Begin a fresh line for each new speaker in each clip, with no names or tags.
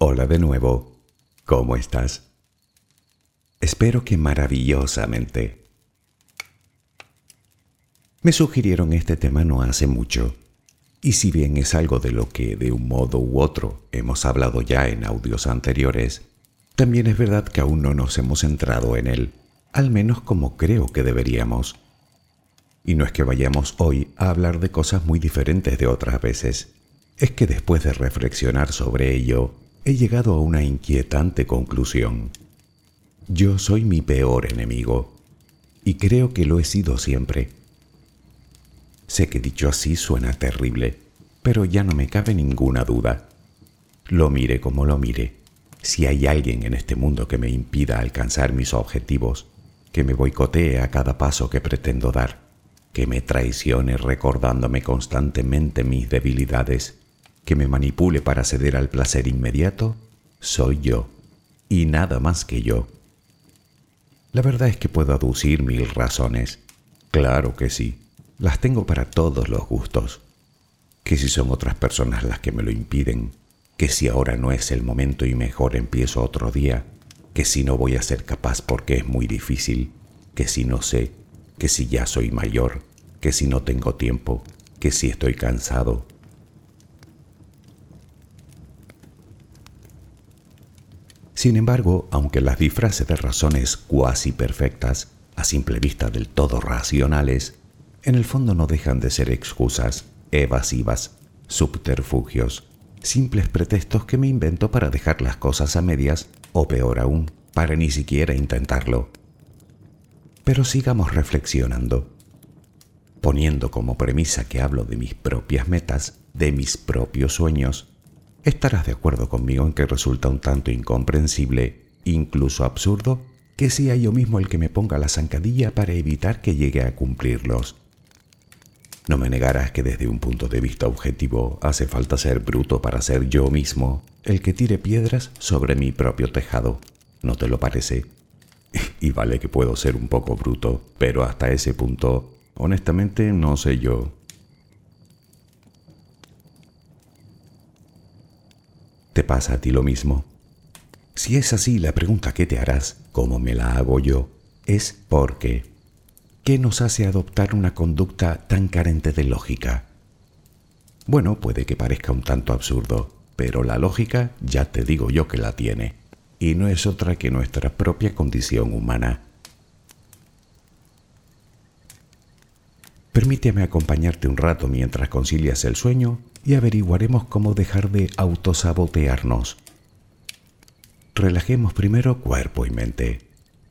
Hola de nuevo, ¿cómo estás? Espero que maravillosamente. Me sugirieron este tema no hace mucho, y si bien es algo de lo que de un modo u otro hemos hablado ya en audios anteriores, también es verdad que aún no nos hemos centrado en él, al menos como creo que deberíamos. Y no es que vayamos hoy a hablar de cosas muy diferentes de otras veces, es que después de reflexionar sobre ello, he llegado a una inquietante conclusión. Yo soy mi peor enemigo, y creo que lo he sido siempre. Sé que dicho así suena terrible, pero ya no me cabe ninguna duda. Lo mire como lo mire, si hay alguien en este mundo que me impida alcanzar mis objetivos, que me boicotee a cada paso que pretendo dar, que me traicione recordándome constantemente mis debilidades, que me manipule para ceder al placer inmediato, soy yo, y nada más que yo. La verdad es que puedo aducir 1000 razones. Claro que sí, las tengo para todos los gustos. Que si son otras personas las que me lo impiden, que si ahora no es el momento y mejor empiezo otro día, que si no voy a ser capaz porque es muy difícil, que si no sé, que si ya soy mayor, que si no tengo tiempo, que si estoy cansado. Sin embargo, aunque las disfraces de razones cuasi perfectas, a simple vista del todo racionales, en el fondo no dejan de ser excusas, evasivas, subterfugios, simples pretextos que me invento para dejar las cosas a medias o peor aún, para ni siquiera intentarlo. Pero sigamos reflexionando. Poniendo como premisa que hablo de mis propias metas, de mis propios sueños, estarás de acuerdo conmigo en que resulta un tanto incomprensible, incluso absurdo, que sea yo mismo el que me ponga la zancadilla para evitar que llegue a cumplirlos. No me negarás que desde un punto de vista objetivo hace falta ser bruto para ser yo mismo el que tire piedras sobre mi propio tejado. ¿No te lo parece? Y vale que puedo ser un poco bruto, pero hasta ese punto, honestamente, no sé yo. ¿Te pasa a ti lo mismo? Si es así, la pregunta que te harás, como me la hago yo, es ¿por qué? ¿Qué nos hace adoptar una conducta tan carente de lógica? Bueno, puede que parezca un tanto absurdo, pero la lógica ya te digo yo que la tiene, y no es otra que nuestra propia condición humana. Permíteme acompañarte un rato mientras concilias el sueño y averiguaremos cómo dejar de autosabotearnos. Relajemos primero cuerpo y mente.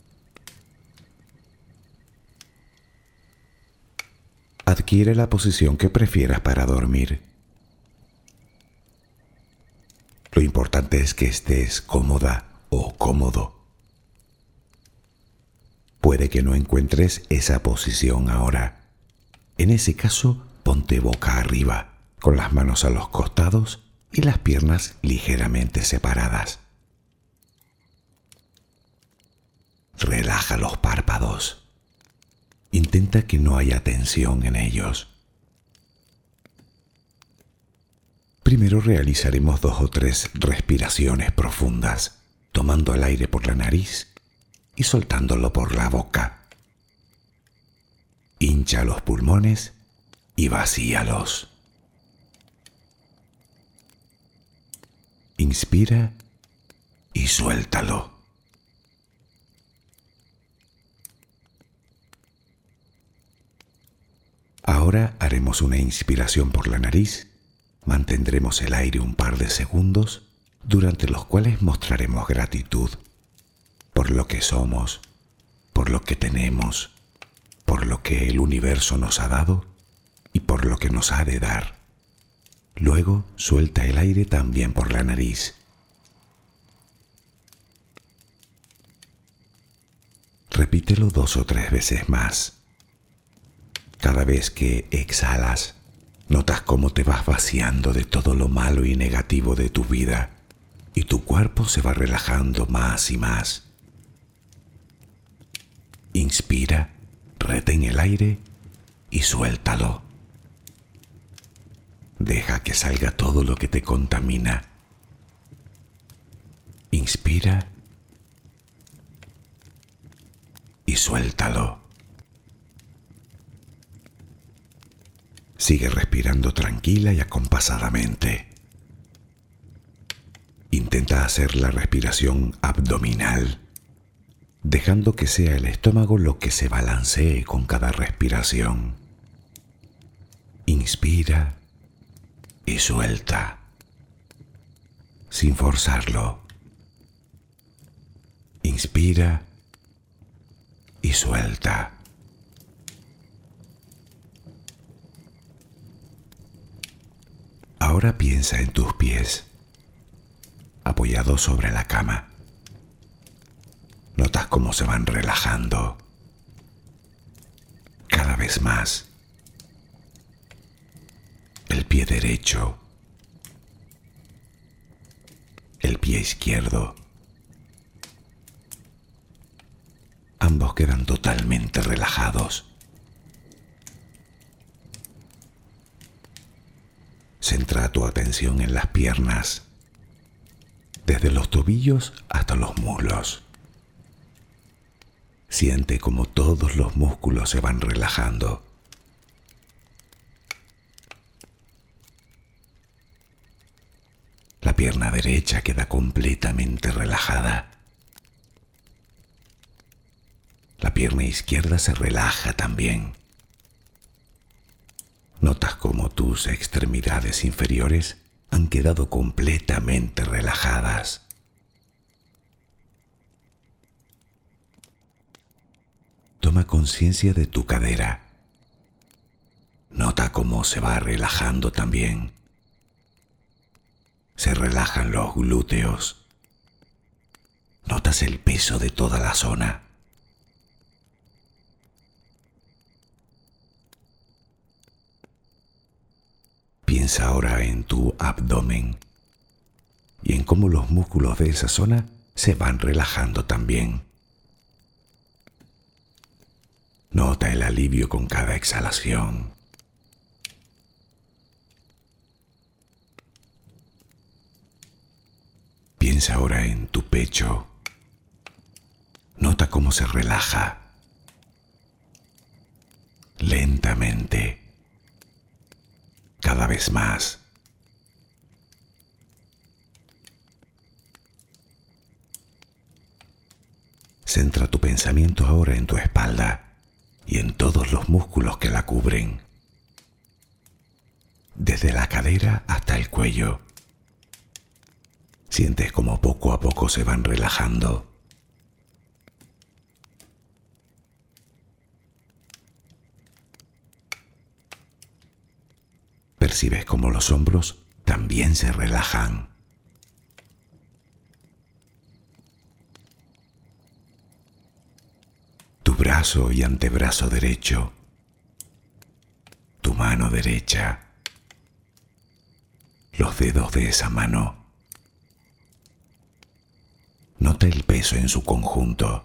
Adquiere la posición que prefieras para dormir. Lo importante es que estés cómoda o cómodo. Puede que no encuentres esa posición ahora. En ese caso, ponte boca arriba, con las manos a los costados y las piernas ligeramente separadas. Relaja los párpados. Intenta que no haya tensión en ellos. Primero realizaremos 2 o 3 respiraciones profundas, tomando el aire por la nariz y soltándolo por la boca. Hincha los pulmones y vacíalos. Inspira y suéltalo. Ahora haremos una inspiración por la nariz. Mantendremos el aire un par de segundos, durante los cuales mostraremos gratitud por lo que somos, por lo que tenemos, por lo que el universo nos ha dado y por lo que nos ha de dar. Luego suelta el aire también por la nariz. Repítelo 2 o 3 veces más. Cada vez que exhalas, notas cómo te vas vaciando de todo lo malo y negativo de tu vida y tu cuerpo se va relajando más y más. Inspira, retén el aire y suéltalo. Deja que salga todo lo que te contamina. Inspira y suéltalo. Sigue respirando tranquila y acompasadamente. Intenta hacer la respiración abdominal, dejando que sea el estómago lo que se balancee con cada respiración. Inspira y suelta, sin forzarlo. Inspira y suelta. Ahora piensa en tus pies, apoyados sobre la cama. Notas cómo se van relajando cada vez más. El pie derecho, el pie izquierdo. Ambos quedan totalmente relajados. Centra tu atención en las piernas, desde los tobillos hasta los muslos. Siente cómo todos los músculos se van relajando. La pierna derecha queda completamente relajada. La pierna izquierda se relaja también. Notas cómo tus extremidades inferiores han quedado completamente relajadas. Toma conciencia de tu cadera. Nota cómo se va relajando también. Se relajan los glúteos. Notas el peso de toda la zona. Piensa ahora en tu abdomen y en cómo los músculos de esa zona se van relajando también. Nota el alivio con cada exhalación. Piensa ahora en tu pecho. Nota cómo se relaja lentamente. Cada vez más. Centra tu pensamiento ahora en tu espalda y en todos los músculos que la cubren, desde la cadera hasta el cuello. Sientes como poco a poco se van relajando. Percibes como los hombros también se relajan. Tu brazo y antebrazo derecho, tu mano derecha, los dedos de esa mano. Nota el peso en su conjunto.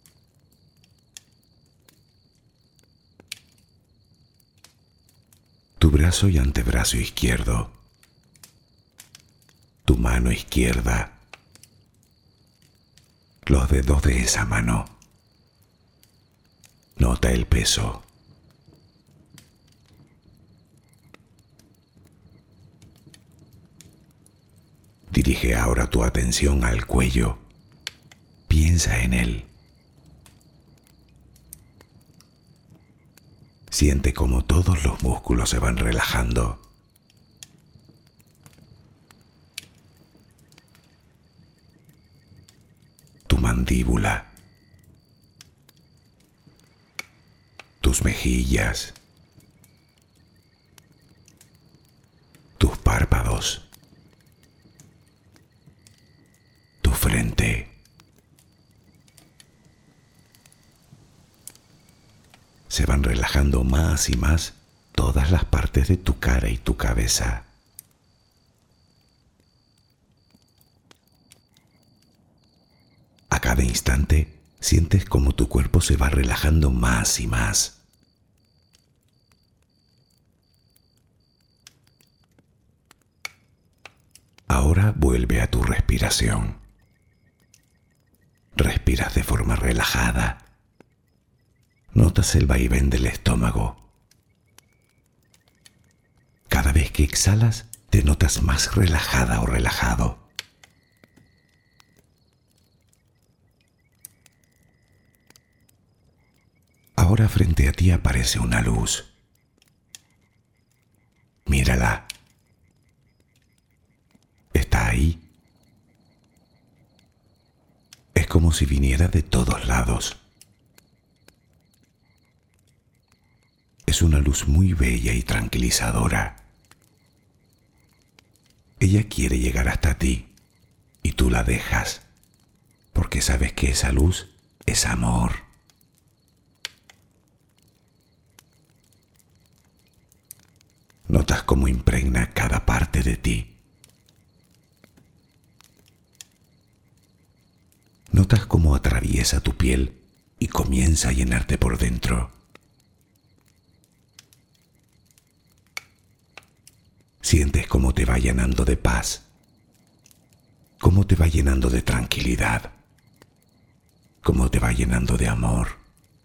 Tu brazo y antebrazo izquierdo, tu mano izquierda, los dedos de esa mano. Nota el peso. Dirige ahora tu atención al cuello. Piensa en él. Siente cómo todos los músculos se van relajando. Tu mandíbula, tus mejillas, tus párpados, tu frente. Se van relajando más y más todas las partes de tu cara y tu cabeza. A cada instante sientes como tu cuerpo se va relajando más y más. Ahora vuelve a tu respiración. respiras de forma relajada. Notas el vaivén del estómago. Cada vez que exhalas, te notas más relajada o relajado. Ahora frente a ti aparece una luz. Mírala. Está ahí. Es como si viniera de todos lados. Es una luz muy bella y tranquilizadora. Ella quiere llegar hasta ti y tú la dejas, porque sabes que esa luz es amor. Notas cómo impregna cada parte de ti. Notas cómo atraviesa tu piel y comienza a llenarte por dentro. Sientes cómo te va llenando de paz, cómo te va llenando de tranquilidad, cómo te va llenando de amor.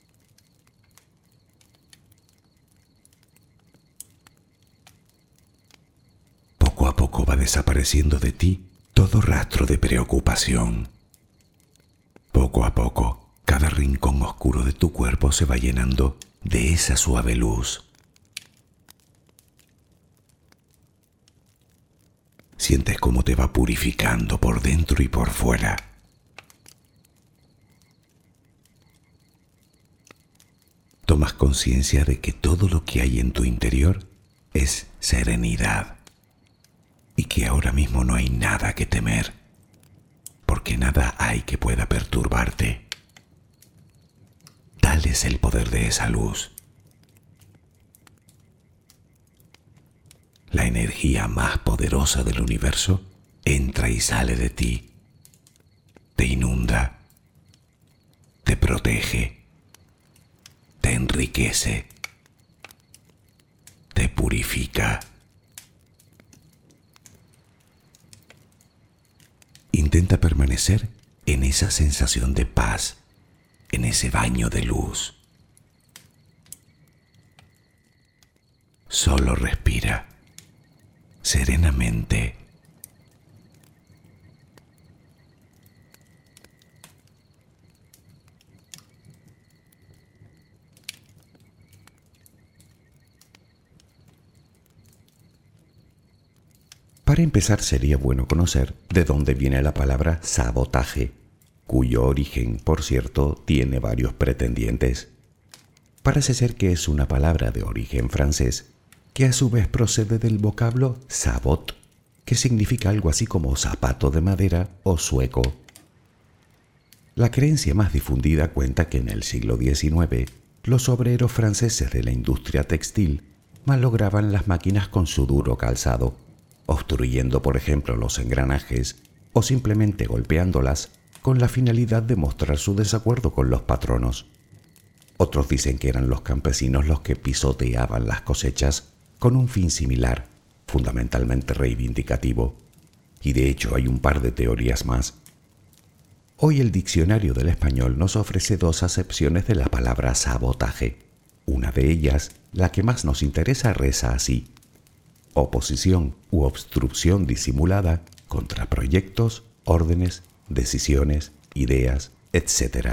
Poco a poco va desapareciendo de ti todo rastro de preocupación. Poco a poco, cada rincón oscuro de tu cuerpo se va llenando de esa suave luz. Sientes cómo te va purificando por dentro y por fuera. Tomas conciencia de que todo lo que hay en tu interior es serenidad y que ahora mismo no hay nada que temer, porque nada hay que pueda perturbarte. Tal es el poder de esa luz. La energía más poderosa del universo entra y sale de ti, te inunda, te protege, te enriquece, te purifica. Intenta permanecer en esa sensación de paz, en ese baño de luz. Solo respira serenamente. Para empezar, sería bueno conocer de dónde viene la palabra sabotaje, cuyo origen, por cierto, tiene varios pretendientes. Parece ser que es una palabra de origen francés, que a su vez procede del vocablo sabot, que significa algo así como zapato de madera o sueco. La creencia más difundida cuenta que en el siglo XIX, los obreros franceses de la industria textil malograban las máquinas con su duro calzado, obstruyendo, por ejemplo, los engranajes o simplemente golpeándolas con la finalidad de mostrar su desacuerdo con los patronos. Otros dicen que eran los campesinos los que pisoteaban las cosechas con un fin similar, fundamentalmente reivindicativo. Y de hecho hay un par de teorías más. Hoy el diccionario del español nos ofrece dos acepciones de la palabra sabotaje. Una de ellas, la que más nos interesa, reza así: oposición u obstrucción disimulada contra proyectos, órdenes, decisiones, ideas, etc.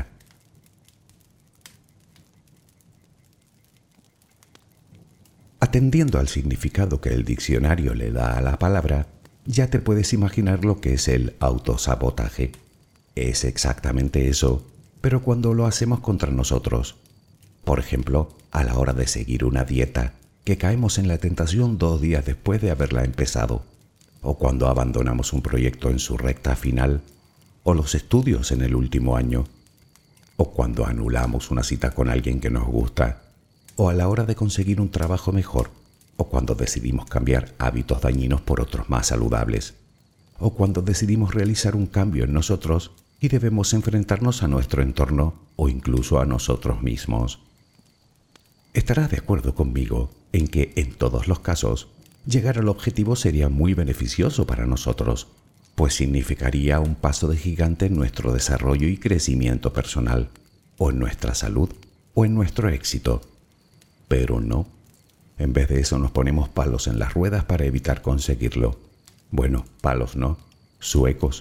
Atendiendo al significado que el diccionario le da a la palabra, ya te puedes imaginar lo que es el autosabotaje. Es exactamente eso, pero cuando lo hacemos contra nosotros. Por ejemplo, a la hora de seguir una dieta, que caemos en la tentación 2 días después de haberla empezado, o cuando abandonamos un proyecto en su recta final, o los estudios en el último año, o cuando anulamos una cita con alguien que nos gusta, o a la hora de conseguir un trabajo mejor, o cuando decidimos cambiar hábitos dañinos por otros más saludables, o cuando decidimos realizar un cambio en nosotros y debemos enfrentarnos a nuestro entorno o incluso a nosotros mismos. Estarás de acuerdo conmigo en que, en todos los casos, llegar al objetivo sería muy beneficioso para nosotros, pues significaría un paso de gigante en nuestro desarrollo y crecimiento personal, o en nuestra salud, o en nuestro éxito. Pero no. En vez de eso nos ponemos palos en las ruedas para evitar conseguirlo. Bueno, palos no, zuecos.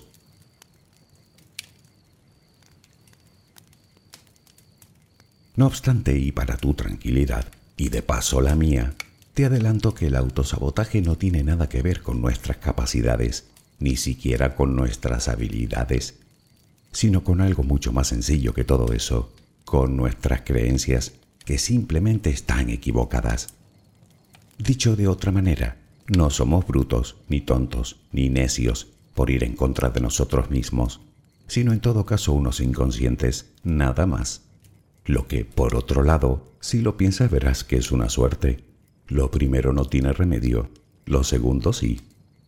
No obstante, y para tu tranquilidad, y de paso la mía, te adelanto que el autosabotaje no tiene nada que ver con nuestras capacidades, ni siquiera con nuestras habilidades, sino con algo mucho más sencillo que todo eso, con nuestras creencias que simplemente están equivocadas. Dicho de otra manera, no somos brutos, ni tontos, ni necios por ir en contra de nosotros mismos, sino en todo caso unos inconscientes, nada más. Lo que, por otro lado, si lo piensas verás que es una suerte. Lo primero no tiene remedio, lo segundo sí.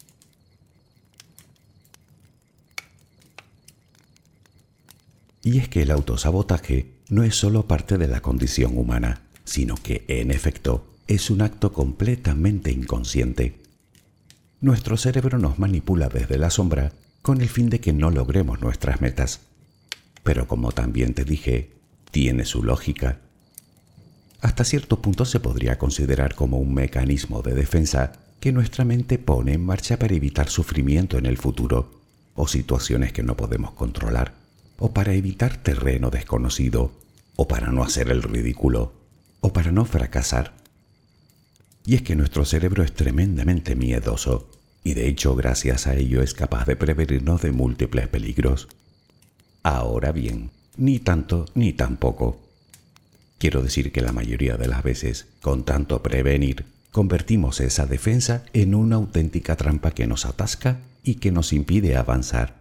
Y es que el autosabotaje no es solo parte de la condición humana, sino que, en efecto, es un acto completamente inconsciente. Nuestro cerebro nos manipula desde la sombra con el fin de que no logremos nuestras metas. Pero como también te dije, tiene su lógica. Hasta cierto punto se podría considerar como un mecanismo de defensa que nuestra mente pone en marcha para evitar sufrimiento en el futuro, o situaciones que no podemos controlar, o para evitar terreno desconocido, o para no hacer el ridículo, o para no fracasar. Y es que nuestro cerebro es tremendamente miedoso, y de hecho gracias a ello es capaz de prevenirnos de múltiples peligros. Ahora bien, ni tanto ni tampoco. Quiero decir que la mayoría de las veces, con tanto prevenir, convertimos esa defensa en una auténtica trampa que nos atasca y que nos impide avanzar.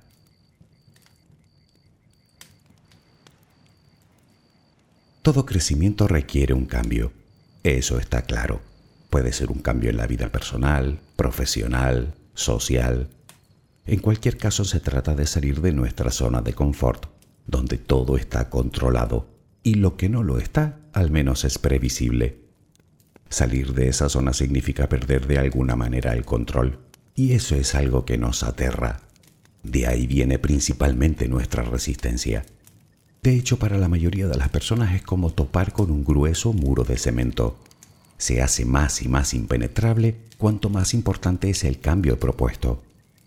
Todo crecimiento requiere un cambio, eso está claro. Puede ser un cambio en la vida personal, profesional, social. En cualquier caso se trata de salir de nuestra zona de confort, donde todo está controlado y lo que no lo está, al menos es previsible. Salir de esa zona significa perder de alguna manera el control, y eso es algo que nos aterra. De ahí viene principalmente nuestra resistencia. De hecho, para la mayoría de las personas es como topar con un grueso muro de cemento. Se hace más y más impenetrable cuanto más importante es el cambio propuesto.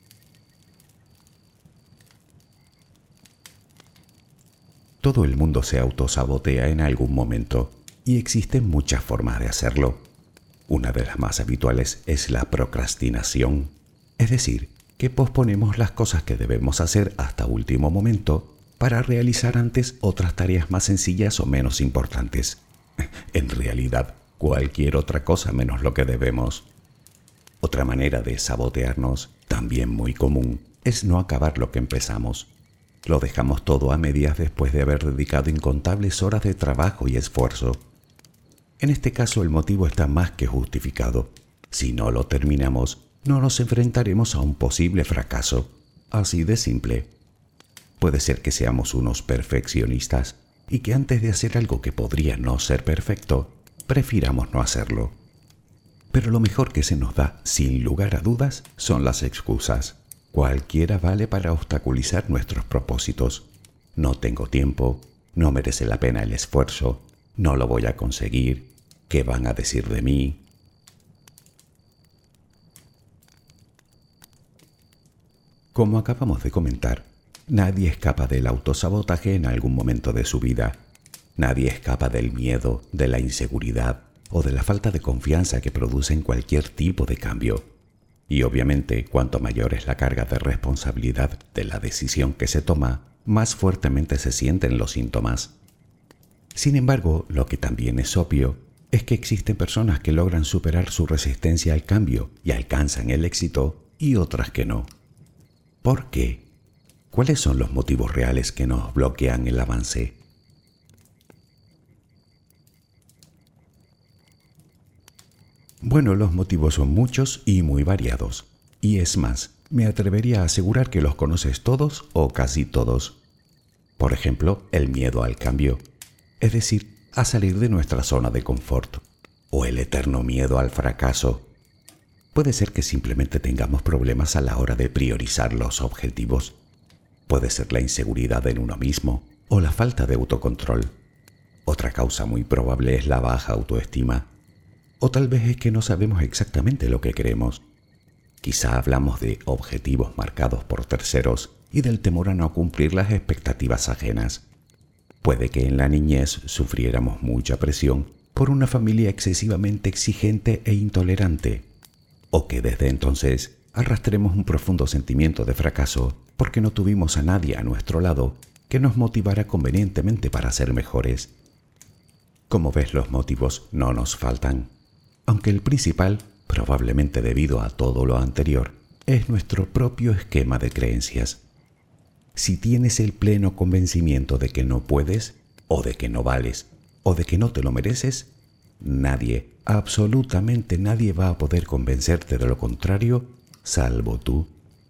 Todo el mundo se autosabotea en algún momento y existen muchas formas de hacerlo. Una de las más habituales es la procrastinación, es decir, que posponemos las cosas que debemos hacer hasta último momento para realizar antes otras tareas más sencillas o menos importantes. En realidad, cualquier otra cosa menos lo que debemos. Otra manera de sabotearnos, también muy común, es no acabar lo que empezamos. Lo dejamos todo a medias después de haber dedicado incontables horas de trabajo y esfuerzo. En este caso el motivo está más que justificado. Si no lo terminamos, no nos enfrentaremos a un posible fracaso. Así de simple. Puede ser que seamos unos perfeccionistas y que antes de hacer algo que podría no ser perfecto, prefiramos no hacerlo. Pero lo mejor que se nos da, sin lugar a dudas, son las excusas. Cualquiera vale para obstaculizar nuestros propósitos. No tengo tiempo, no merece la pena el esfuerzo, no lo voy a conseguir, ¿qué van a decir de mí? Como acabamos de comentar, nadie escapa del autosabotaje en algún momento de su vida. Nadie escapa del miedo, de la inseguridad o de la falta de confianza que producen cualquier tipo de cambio. Y obviamente, cuanto mayor es la carga de responsabilidad de la decisión que se toma, más fuertemente se sienten los síntomas. Sin embargo, lo que también es obvio es que existen personas que logran superar su resistencia al cambio y alcanzan el éxito y otras que no. ¿Por qué? ¿Cuáles son los motivos reales que nos bloquean el avance? Bueno, los motivos son muchos y muy variados. Y es más, me atrevería a asegurar que los conoces todos o casi todos. Por ejemplo, el miedo al cambio, es decir, a salir de nuestra zona de confort, o el eterno miedo al fracaso. Puede ser que simplemente tengamos problemas a la hora de priorizar los objetivos. Puede ser la inseguridad en uno mismo o la falta de autocontrol. Otra causa muy probable es la baja autoestima. O tal vez es que no sabemos exactamente lo que queremos. Quizá hablamos de objetivos marcados por terceros y del temor a no cumplir las expectativas ajenas. Puede que en la niñez sufriéramos mucha presión por una familia excesivamente exigente e intolerante, o que desde entonces arrastremos un profundo sentimiento de fracaso porque no tuvimos a nadie a nuestro lado que nos motivara convenientemente para ser mejores. Como ves, los motivos no nos faltan, aunque el principal, probablemente debido a todo lo anterior, es nuestro propio esquema de creencias. Si tienes el pleno convencimiento de que no puedes, o de que no vales, o de que no te lo mereces, nadie, absolutamente nadie va a poder convencerte de lo contrario, salvo tú.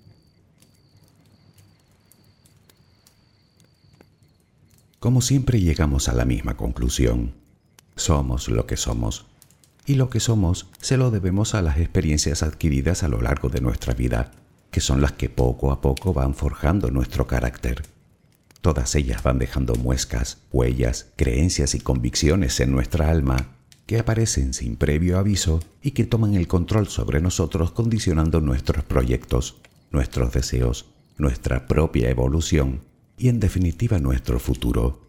Como siempre llegamos a la misma conclusión. Somos lo que somos. Y lo que somos se lo debemos a las experiencias adquiridas a lo largo de nuestra vida, que son las que poco a poco van forjando nuestro carácter. Todas ellas van dejando muescas, huellas, creencias y convicciones en nuestra alma que aparecen sin previo aviso y que toman el control sobre nosotros, condicionando nuestros proyectos, nuestros deseos, nuestra propia evolución y en definitiva nuestro futuro.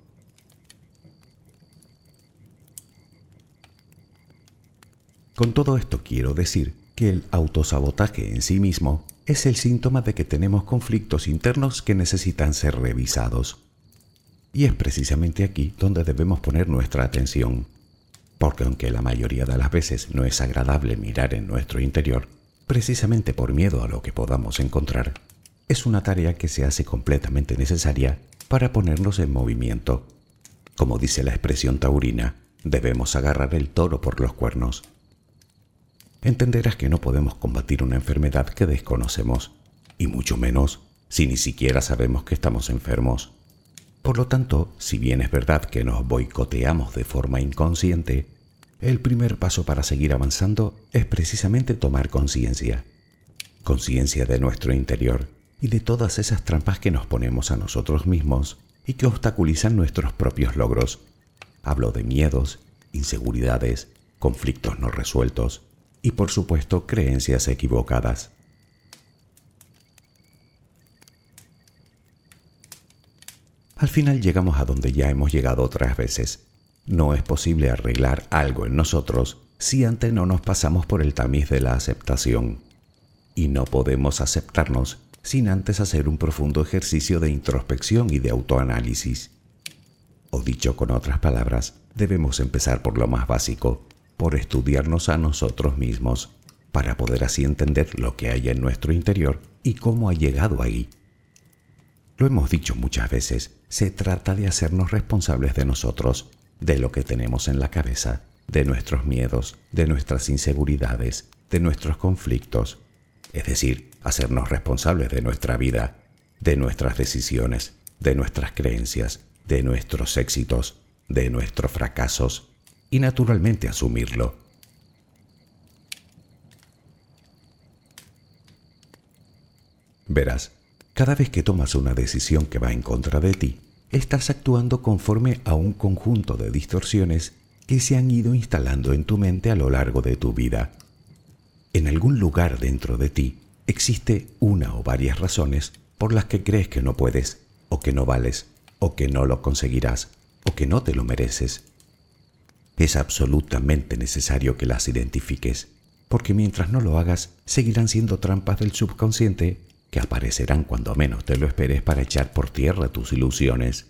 Con todo esto quiero decir que el autosabotaje en sí mismo es el síntoma de que tenemos conflictos internos que necesitan ser revisados. Y es precisamente aquí donde debemos poner nuestra atención, porque aunque la mayoría de las veces no es agradable mirar en nuestro interior, precisamente por miedo a lo que podamos encontrar, es una tarea que se hace completamente necesaria para ponernos en movimiento. Como dice la expresión taurina, debemos agarrar el toro por los cuernos. Entenderás que no podemos combatir una enfermedad que desconocemos, y mucho menos si ni siquiera sabemos que estamos enfermos. Por lo tanto, si bien es verdad que nos boicoteamos de forma inconsciente, el primer paso para seguir avanzando es precisamente tomar conciencia. Conciencia de nuestro interior y de todas esas trampas que nos ponemos a nosotros mismos y que obstaculizan nuestros propios logros. Hablo de miedos, inseguridades, conflictos no resueltos, y por supuesto creencias equivocadas. Al final llegamos a donde ya hemos llegado otras veces. No es posible arreglar algo en nosotros si antes no nos pasamos por el tamiz de la aceptación. Y no podemos aceptarnos sin antes hacer un profundo ejercicio de introspección y de autoanálisis. O dicho con otras palabras, debemos empezar por lo más básico, por estudiarnos a nosotros mismos, para poder así entender lo que hay en nuestro interior y cómo ha llegado ahí. Lo hemos dicho muchas veces, se trata de hacernos responsables de nosotros, de lo que tenemos en la cabeza, de nuestros miedos, de nuestras inseguridades, de nuestros conflictos, es decir, hacernos responsables de nuestra vida, de nuestras decisiones, de nuestras creencias, de nuestros éxitos, de nuestros fracasos, y naturalmente asumirlo. Verás, cada vez que tomas una decisión que va en contra de ti, estás actuando conforme a un conjunto de distorsiones que se han ido instalando en tu mente a lo largo de tu vida. En algún lugar dentro de ti existe una o varias razones por las que crees que no puedes, o que no vales, o que no lo conseguirás, o que no te lo mereces. Es absolutamente necesario que las identifiques, porque mientras no lo hagas, seguirán siendo trampas del subconsciente que aparecerán cuando menos te lo esperes para echar por tierra tus ilusiones.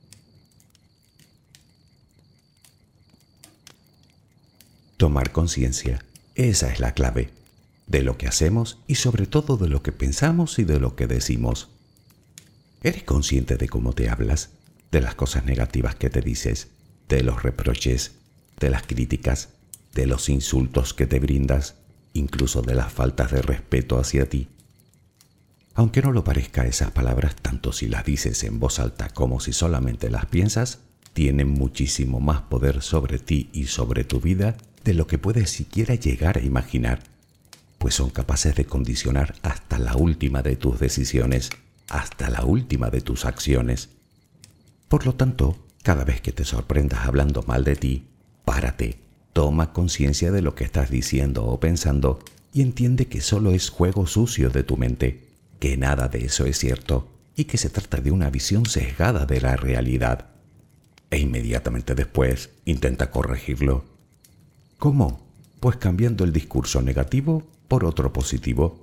Tomar conciencia, esa es la clave, de lo que hacemos y sobre todo de lo que pensamos y de lo que decimos. ¿Eres consciente de cómo te hablas, de las cosas negativas que te dices, de los reproches, de las críticas, de los insultos que te brindas, incluso de las faltas de respeto hacia ti? Aunque no lo parezca, esas palabras, tanto si las dices en voz alta como si solamente las piensas, tienen muchísimo más poder sobre ti y sobre tu vida de lo que puedes siquiera llegar a imaginar. pues son capaces de condicionar hasta la última de tus decisiones, hasta la última de tus acciones. Por lo tanto, cada vez que te sorprendas hablando mal de ti, párate, toma conciencia de lo que estás diciendo o pensando y entiende que solo es juego sucio de tu mente, que nada de eso es cierto y que se trata de una visión sesgada de la realidad. E inmediatamente después intenta corregirlo. ¿Cómo? Pues cambiando el discurso negativo por otro positivo.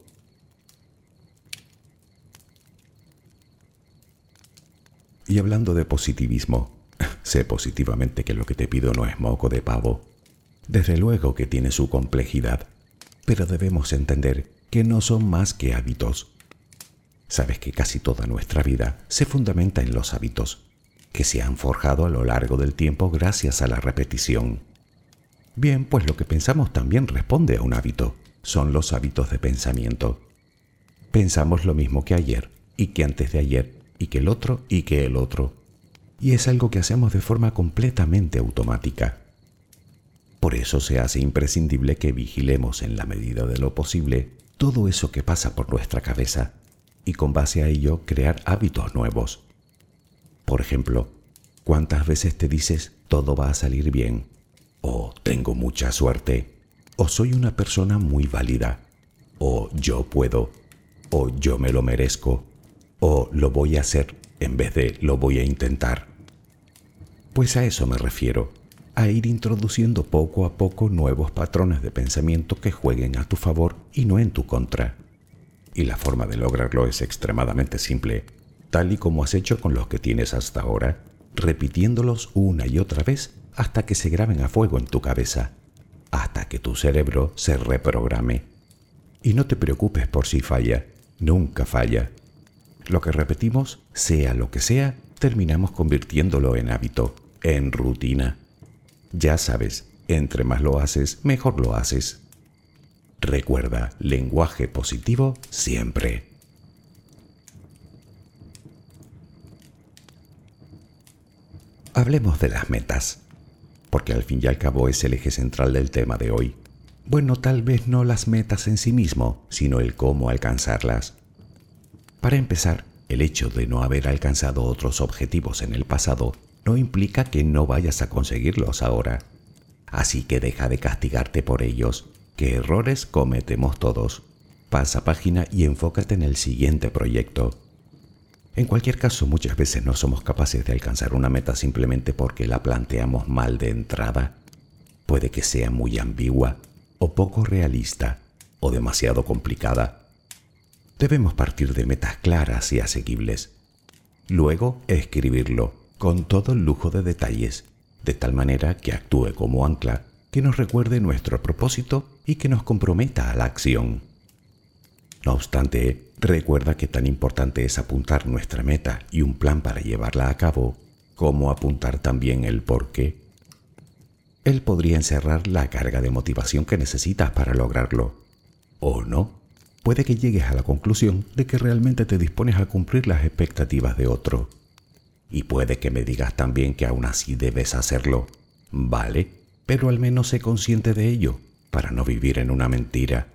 Y hablando de positivismo, sé positivamente que lo que te pido no es moco de pavo. Desde luego que tiene su complejidad, pero debemos entender que no son más que hábitos. Sabes que casi toda nuestra vida se fundamenta en los hábitos, que se han forjado a lo largo del tiempo gracias a la repetición. Bien, pues lo que pensamos también responde a un hábito. Son los hábitos de pensamiento. Pensamos lo mismo que ayer, y que antes de ayer, y que el otro, y que el otro. Y es algo que hacemos de forma completamente automática. Por eso se hace imprescindible que vigilemos en la medida de lo posible todo eso que pasa por nuestra cabeza y con base a ello crear hábitos nuevos. Por ejemplo, ¿cuántas veces te dices todo va a salir bien? O tengo mucha suerte, o soy una persona muy válida, o yo puedo, o yo me lo merezco, o lo voy a hacer en vez de lo voy a intentar? Pues a eso me refiero, a ir introduciendo poco a poco nuevos patrones de pensamiento que jueguen a tu favor y no en tu contra. Y la forma de lograrlo es extremadamente simple, tal y como has hecho con los que tienes hasta ahora, repitiéndolos una y otra vez hasta que se graben a fuego en tu cabeza, hasta que tu cerebro se reprograme. Y no te preocupes por si falla, nunca falla. Lo que repetimos, sea lo que sea, terminamos convirtiéndolo en hábito, en rutina. Ya sabes, entre más lo haces, mejor lo haces. Recuerda, lenguaje positivo siempre. Hablemos de las metas, porque al fin y al cabo es el eje central del tema de hoy. Bueno, tal vez no las metas en sí mismo, sino el cómo alcanzarlas. Para empezar, el hecho de no haber alcanzado otros objetivos en el pasado no implica que no vayas a conseguirlos ahora. Así que deja de castigarte por ellos, que errores cometemos todos. Pasa página y enfócate en el siguiente proyecto. En cualquier caso, muchas veces no somos capaces de alcanzar una meta simplemente porque la planteamos mal de entrada. Puede que sea muy ambigua, o poco realista, o demasiado complicada. Debemos partir de metas claras y asequibles. Luego, escribirlo, con todo el lujo de detalles, de tal manera que actúe como ancla, que nos recuerde nuestro propósito y que nos comprometa a la acción. No obstante, recuerda que tan importante es apuntar nuestra meta y un plan para llevarla a cabo, como apuntar también el porqué. Él podría encerrar la carga de motivación que necesitas para lograrlo. O no, puede que llegues a la conclusión de que realmente te dispones a cumplir las expectativas de otro. Y puede que me digas también que aún así debes hacerlo. Vale, pero al menos sé consciente de ello, para no vivir en una mentira.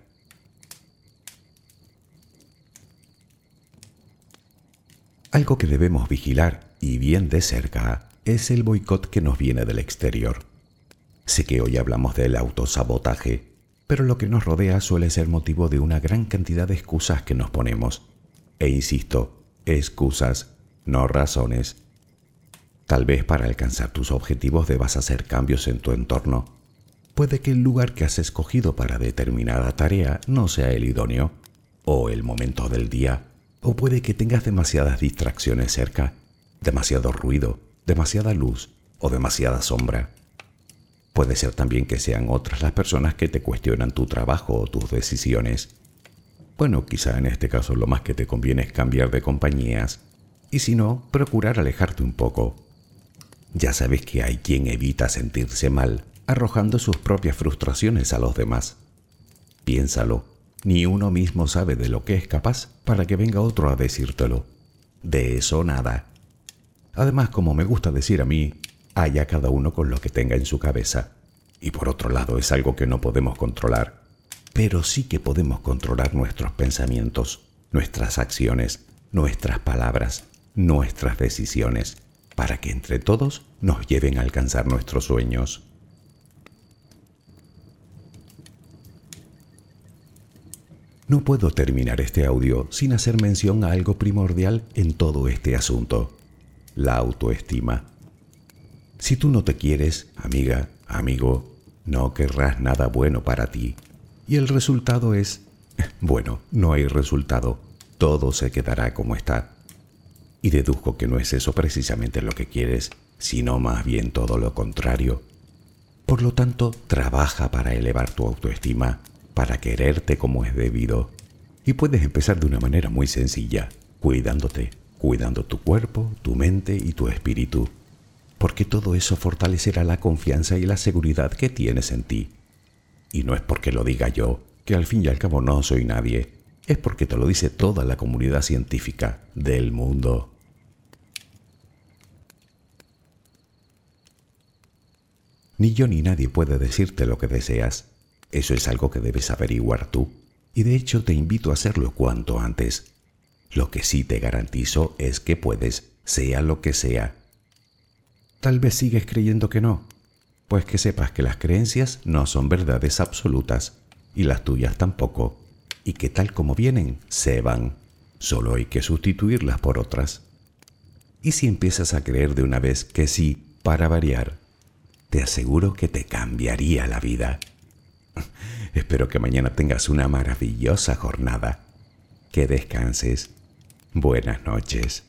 Algo que debemos vigilar, y bien de cerca, es el boicot que nos viene del exterior. Sé que hoy hablamos del autosabotaje, pero lo que nos rodea suele ser motivo de una gran cantidad de excusas que nos ponemos. E insisto, excusas, no razones. Tal vez para alcanzar tus objetivos debas hacer cambios en tu entorno. Puede que el lugar que has escogido para determinada tarea no sea el idóneo, o el momento del día, o puede que tengas demasiadas distracciones cerca, demasiado ruido, demasiada luz o demasiada sombra. Puede ser también que sean otras las personas que te cuestionan tu trabajo o tus decisiones. Bueno, quizá en este caso lo más que te conviene es cambiar de compañías, y si no, procurar alejarte un poco. Ya sabes que hay quien evita sentirse mal arrojando sus propias frustraciones a los demás. Piénsalo, ni uno mismo sabe de lo que es capaz para que venga otro a decírtelo. De eso nada. Además, como me gusta decir a mí, haya cada uno con lo que tenga en su cabeza. Y por otro lado, es algo que no podemos controlar. pero sí que podemos controlar nuestros pensamientos, nuestras acciones, nuestras palabras, nuestras decisiones, para que entre todos nos lleven a alcanzar nuestros sueños. No puedo terminar este audio sin hacer mención a algo primordial en todo este asunto: la autoestima. Si tú no te quieres, amiga, amigo, no querrás nada bueno para ti. Y el resultado es, bueno, no hay resultado, todo se quedará como está. Y deduzco que no es eso precisamente lo que quieres, sino más bien todo lo contrario. Por lo tanto, trabaja para elevar tu autoestima, para quererte como es debido. Y puedes empezar de una manera muy sencilla, cuidándote, cuidando tu cuerpo, tu mente y tu espíritu, porque todo eso fortalecerá la confianza y la seguridad que tienes en ti. Y no es porque lo diga yo, que al fin y al cabo no soy nadie, es porque te lo dice toda la comunidad científica del mundo. Ni yo ni nadie puede decirte lo que deseas. Eso es algo que debes averiguar tú, y de hecho te invito a hacerlo cuanto antes. Lo que sí te garantizo es que puedes, sea lo que sea. Tal vez sigues creyendo que no, pues que sepas que las creencias no son verdades absolutas, y las tuyas tampoco, y que tal como vienen, se van. Solo hay que sustituirlas por otras. Y si empiezas a creer de una vez que sí, para variar, te aseguro que te cambiaría la vida. Espero que mañana tengas una maravillosa jornada. Que descanses. Buenas noches.